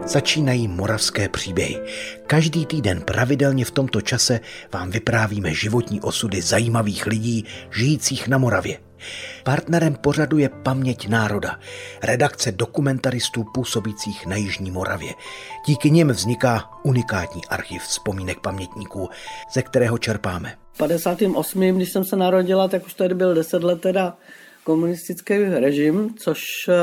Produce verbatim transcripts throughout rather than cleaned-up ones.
Začínají Moravské příběhy. Každý týden pravidelně v tomto čase vám vyprávíme životní osudy zajímavých lidí žijících na Moravě. Partnerem pořadu je Paměť národa, redakce dokumentaristů působících na jižní Moravě. Díky nim vzniká unikátní archiv vzpomínek pamětníků, ze kterého čerpáme. V padesátém osmém když jsem se narodila, tak už tady byl deset let teda komunistický režim, což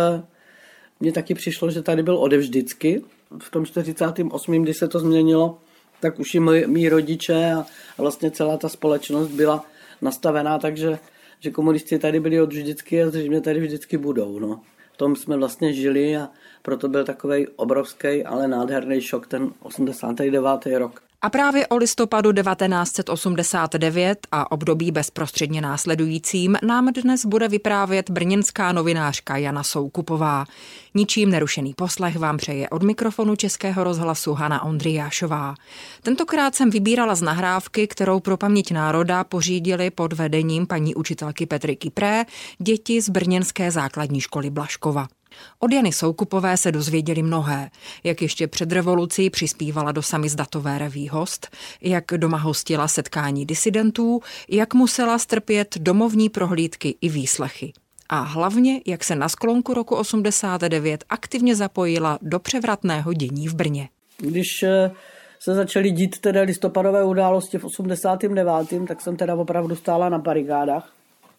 mně taky přišlo, že tady byl odevždycky. V tom čtyřicátém osmém když se to změnilo, tak už i mý, mý rodiče a vlastně celá ta společnost byla nastavená, takže že komunisti tady byli od vždycky a zřejmě tady vždycky budou. No. V tom jsme vlastně žili a proto byl takovej obrovský, ale nádherný šok ten osmdesátý devátý rok. A právě o listopadu devatenáct set osmdesát devět a období bezprostředně následujícím nám dnes bude vyprávět brněnská novinářka Jana Soukupová. Ničím nerušený poslech vám přeje od mikrofonu Českého rozhlasu Hana Ondrijášová. Tentokrát jsem vybírala z nahrávky, kterou pro Paměť národa pořídili pod vedením paní učitelky Petry Kypré děti z brněnské základní školy Blažkova. Od Jany Soukupové se dozvěděli mnohé, jak ještě před revolucí přispívala do samizdatové reví Host, jak doma hostila setkání disidentů, jak musela strpět domovní prohlídky i výslechy. A hlavně, jak se na sklonku roku osmdesát devět aktivně zapojila do převratného dění v Brně. Když se začaly dít teda listopadové události v osmdesátém devátém tak jsem teda opravdu stála na barikádách.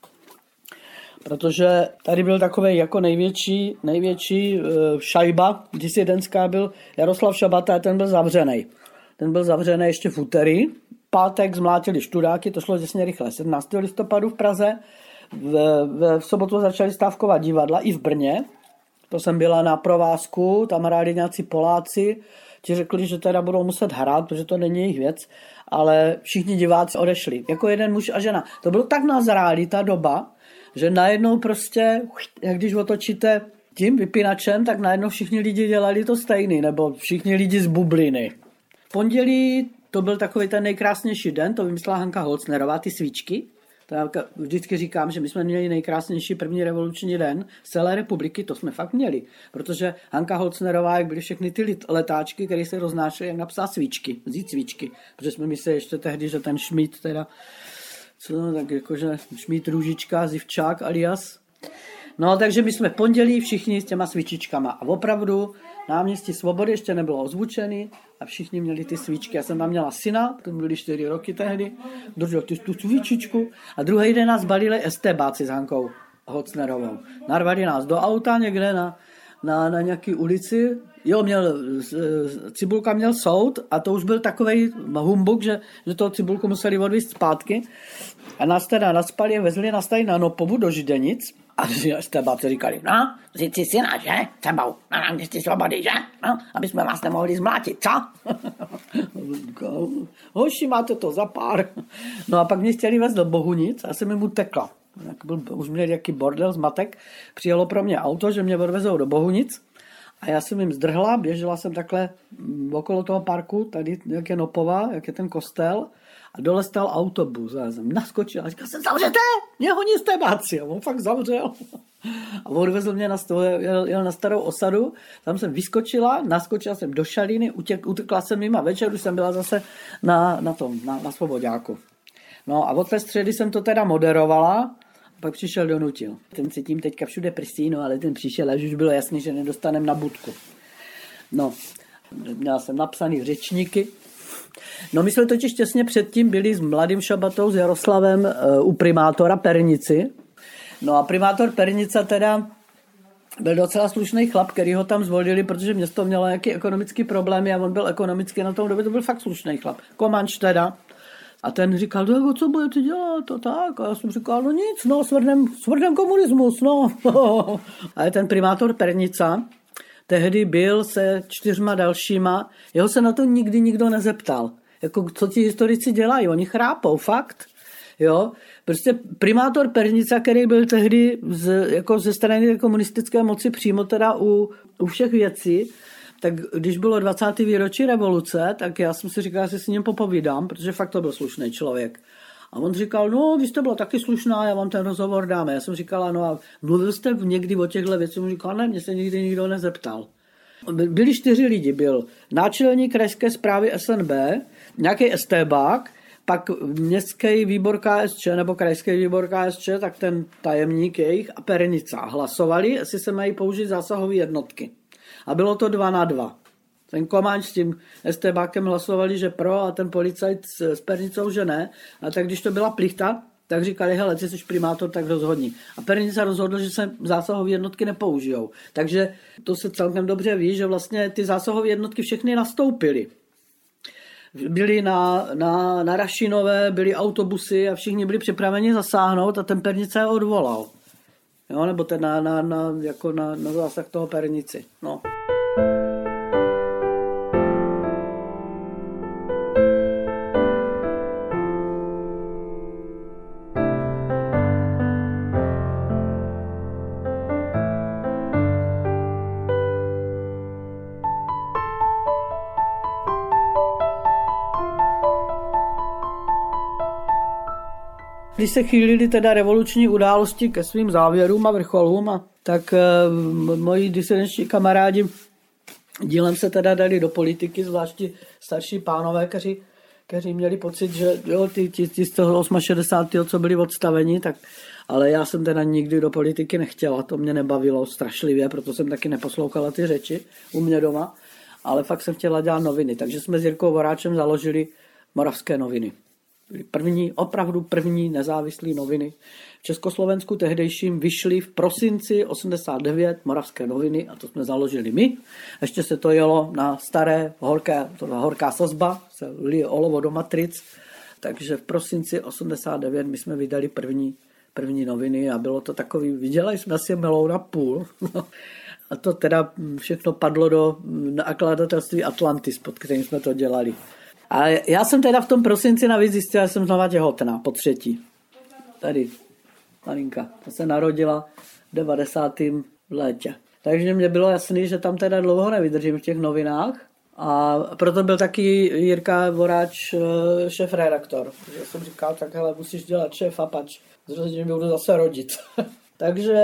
Protože tady byl takový jako největší, největší šajba disidentská byl Jaroslav Šabata, ten byl zavřený. Ten byl zavřený ještě v úterý. Pátek zmlátili študáky, to šlo děsně rychle. sedmnáctého listopadu v Praze. V, v, v sobotu začali stávkovat divadla i v Brně. To jsem byla na provázku, tam hráli nějací Poláci. Ti řekli, že teda budou muset hrát, protože to není jejich věc. Ale všichni diváci odešli. Jako jeden muž a žena. To bylo tak nazrálý ta doba, že najednou prostě, jak když otočíte tím vypínačem, tak najednou všichni lidi dělali to stejný, nebo všichni lidi z bubliny. V pondělí to byl takový ten nejkrásnější den, to vymyslela Hanka Holcnerová, ty svíčky. To já vždycky říkám, že my jsme měli nejkrásnější první revoluční den z celé republiky, to jsme fakt měli. Protože Hanka Holcnerová, jak byly všechny ty letáčky, které se roznášely, jak napsala svíčky, vzít svíčky. Protože jsme mysleli ještě tehdy, že ten Šmíd teda co, tak jakože Šmíd Růžička, Zivčák alias. No, takže my jsme v pondělí všichni s těma svíčičkama. A opravdu náměstí Svobody ještě nebylo ozvučený a všichni měli ty svíčky. Já jsem tam měla syna, to byly čtyři roky tehdy, držel tu, tu svíčičku a druhý den nás balili estébáci s Hankou Holcnerovou. Narvali nás do auta někde na, na, na nějaký ulici. Jo, měl, Cibulka měl soud a to už byl takovej humbuk, že, že toho Cibulku museli odvízt zpátky. A nás teda naspali a vezli nás tady na Nopovu do Židenic. A estébáci říkali, no, vzít si syna, že? Sebou, na náměstí Svobody, že? No, aby jsme vás nemohli zmlátit, co? Hoši, máte to za pár. No a pak mě chtěli vést do Bohunic a já jsem jim utekla. Byl, už měl jaký bordel, zmatek. Přijelo pro mě auto, že mě odvezou do Bohunic. A já jsem jim zdrhla, běžela jsem takhle okolo toho parku, tady jak je Nopova, jak je ten kostel. A dole stál autobus. A já jsem naskočila a říkal jsem, zavřete, mě honí estébáci. A on fakt zavřel. A odvezl mě na, sto, jel, jel na starou osadu. Tam jsem vyskočila, naskočila jsem do šalíny, utěk, utekla jsem jim a večer už jsem byla zase na, na tom, na, na Svoboďáku. No a od té středy jsem to teda moderovala. Pak přišel Donutil. Ten se tím teďka všude prstí, no ale ten přišel, až už bylo jasný, že nedostanem na budku. No, měla jsem napsaný řečníky. No my jsme totiž těsně předtím byli s mladým Šabatou, s Jaroslavem uh, u primátora Pernici. No a primátor Pernica teda byl docela slušný chlap, který ho tam zvolili, protože město mělo nějaké ekonomické problémy a on byl ekonomicky na tom době, to byl fakt slušný chlap. Komanč teda. A ten říkal, no, co budete dělat, to tak. A já jsem říkal, no nic, no, svrdem, svrdem komunismus, no. A ten primátor Pernica tehdy byl se čtyřma dalšíma, jeho se na to nikdy nikdo nezeptal. Jako, co ti historici dělají, oni chrápou, fakt. Jo, prostě primátor Pernica, který byl tehdy z, jako ze strany komunistické moci přímo teda u, u všech věcí, tak když bylo dvacáté výročí revoluce, tak já jsem si říkal, že si s ním popovídám, protože fakt to byl slušný člověk. A on říkal, no, vy jste byla taky slušná, já vám ten rozhovor dáme. Já jsem říkala, no a mluvil jste někdy o těchto věcech? On říkal, ne, mě se nikdy nikdo nezeptal. Byli čtyři lidi, byl náčelník krajské správy S N B, nějaký estébák, pak městský výbor K S Č nebo krajský výbor K S Č, tak ten tajemník jejich a Pernica hlasovali, jestli se mají použít zásahové jednotky. A bylo to dva na dva. Ten Komáč s tím estébákem hlasovali, že pro, a ten policajt s Pernicou, že ne. A tak když to byla plichta, tak říkali, hele, ty jsi primátor, tak rozhodni. A Pernica rozhodl, že se zásahové jednotky nepoužijou. Takže to se celkem dobře ví, že vlastně ty zásahové jednotky všechny nastoupily. Byli na, na, na Rašinové, byli autobusy a všichni byli připraveni zasáhnout a ten Pernica je odvolal. Jo, nebo ten na, na, na, jako na, na zásah toho Pernici. No. Když se chýlily teda revoluční události ke svým závěrům a vrcholům, a tak e, moji disidenční kamarádi dílem se teda dali do politiky, zvláště starší pánové, kteří, kteří měli pocit, že jo, ty, ty, ty z toho šedesátého osmého co byli odstaveni, tak, ale já jsem teda nikdy do politiky nechtěla, to mě nebavilo strašlivě, proto jsem taky neposlouchala ty řeči u mě doma, ale fakt jsem chtěla dělat noviny, takže jsme s Jirkou Voráčem založili Moravské noviny. Byly první, opravdu první nezávislé noviny v Československu tehdejším vyšly v prosinci osmdesát devět Moravské noviny a to jsme založili my. Ještě se to jelo na staré horké, to byla horká sazba, se lije olovo do matric, takže v prosinci osmdesát devět my jsme vydali první, první noviny a bylo to takový, vydělali jsme asi meloun na půl. A to teda všechno padlo do nakladatelství Atlantis, pod kterým jsme to dělali. A já jsem teda v tom prosinci navíc zjistila, že jsem znova těhotná, po třetí. Tady, malinka, ta se narodila v devadesátém v létě. Takže mě bylo jasný, že tam teda dlouho nevydržím v těch novinách. A proto byl taky Jirka Voráč šéf-redaktor. Já jsem říkal, tak hele, musíš dělat šéfa, pač, zřejmě budu zase rodit. takže,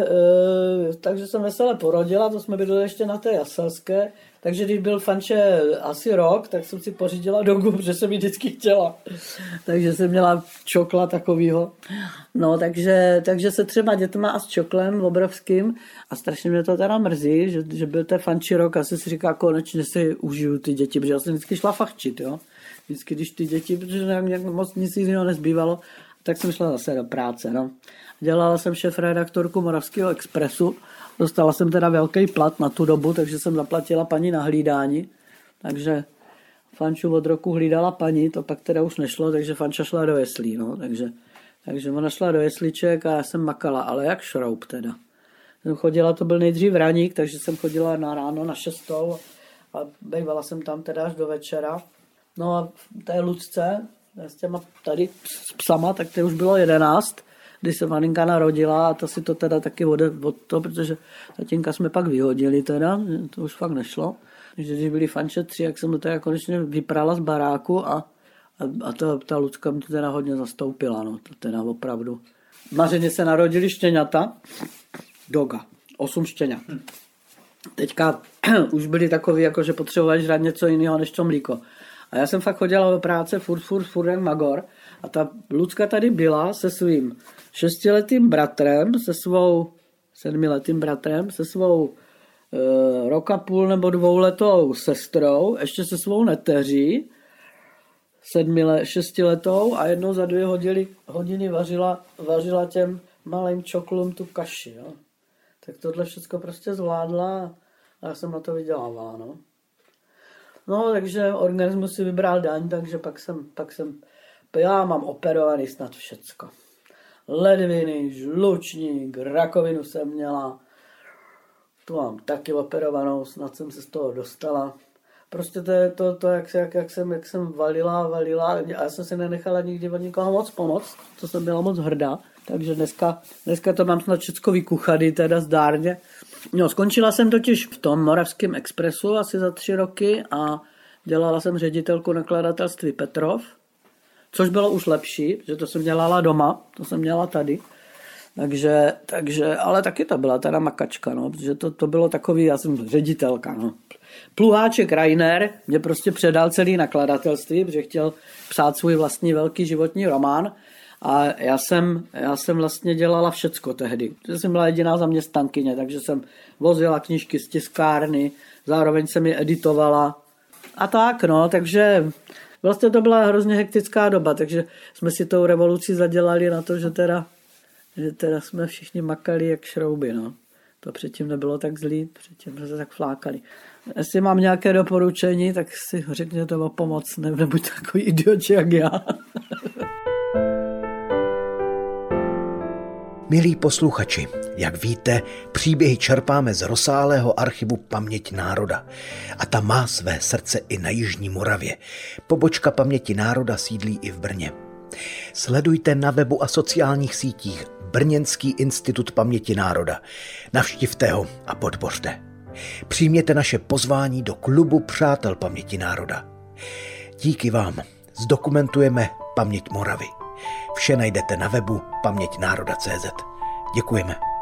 e, takže jsem veselé porodila, to jsme bydleli ještě na té Jaselské. Takže když byl Fanče asi rok, tak jsem si pořídila dogu, protože jsem ji vždycky chtěla. Takže jsem měla čokla takovýho. No, takže, takže se třema dětma a s čoklem obrovským. A strašně mě to teda mrzí, že, že byl ten Fanči rok a si si říká, konečně si užiju ty děti, protože já jsem vždycky šla fachčit, jo. Vždycky, když ty děti, protože nějak moc nic jiného nezbývalo, tak jsem šla zase do práce, no. Dělala jsem šéf-redaktorku Moravského Expressu. Dostala jsem teda velký plat na tu dobu, takže jsem zaplatila paní na hlídání. Takže Fanču od roku hlídala paní, to pak teda už nešlo, takže Fanča šla do jeslí. No, takže, takže ona šla do jesliček a já jsem makala, ale jak šroub teda. Jsem chodila, to byl nejdřív raník, takže jsem chodila na ráno na šestou a bývala jsem tam teda až do večera. No a v té Lucce, s těma tady s psama, tak to už bylo jedenáct. Když se malinka narodila a to si to teda taky od, od to, protože tatínka jsme pak vyhodili teda, to už fakt nešlo. Když byli Fanče tři, jak jsem to teda konečně vyprala z baráku a, a, a to, ta Lucka mi to teda hodně zastoupila, no, to teda opravdu. Mařeně se narodili štěňata, doga, osm štěňat. Teďka už byli takový, jako že potřebovali žrát něco jiného než to mlíko. A já jsem fakt chodila do práce furt, furt, furt jak magor a ta Lucka tady byla se svým šestiletým bratrem, se svou sedmiletým bratrem, se svou e, roka půl nebo dvouletou sestrou, ještě se svou neteří, sedmile, šestiletou a jednou za dvě hodiny, hodiny vařila, vařila těm malým čoklům tu kaši. Jo. Tak tohle všechno prostě zvládla a já jsem na to vydělávala. No. No, takže organismus si vybral daň, takže pak jsem, pak jsem, já mám operovaný snad všecko. Ledviny, žlučník, rakovinu jsem měla, tu mám taky operovanou, snad jsem se z toho dostala. Prostě to je to, to jak, jak, jak, jsem, jak jsem valila, valila a já jsem se nenechala nikdy od nikoho moc pomoct, to jsem byla moc hrdá, takže dneska, dneska to mám snad všecko vykuchady, teda zdárně. No, skončila jsem totiž v tom Moravském Expressu asi za tři roky a dělala jsem ředitelku nakladatelství Petrov, což bylo už lepší, že to jsem dělala doma, to jsem dělala tady. Takže, takže, ale taky to byla teda makačka, no, protože to, to bylo takový, já jsem ředitelka, no. Pluháček Rainer mě prostě předal celý nakladatelství, protože chtěl psát svůj vlastní velký životní román a já jsem, já jsem vlastně dělala všecko tehdy. Já jsem byla jediná zaměstnankyně, takže jsem vozila knížky z tiskárny, zároveň jsem je editovala a tak, no, takže vlastně to byla hrozně hektická doba, takže jsme si tou revolucí zadělali na to, že teda, že teda jsme všichni makali jak šrouby, no. To předtím nebylo tak zlý, předtím jsme se tak flákali. Jestli mám nějaké doporučení, tak si řekněte o pomoc, ne, nebuď takový idiot jak já. Milí posluchači, jak víte, příběhy čerpáme z rozsáhlého archivu Paměť národa. A ta má své srdce i na Jižní Moravě. Pobočka Paměti národa sídlí i v Brně. Sledujte na webu a sociálních sítích Brněnský institut Paměti národa. Navštivte ho a podpořte. Přijměte naše pozvání do klubu Přátel Paměti národa. Díky vám zdokumentujeme paměť Moravy. Vše najdete na webu paměť národa tečka cé zet. Děkujeme.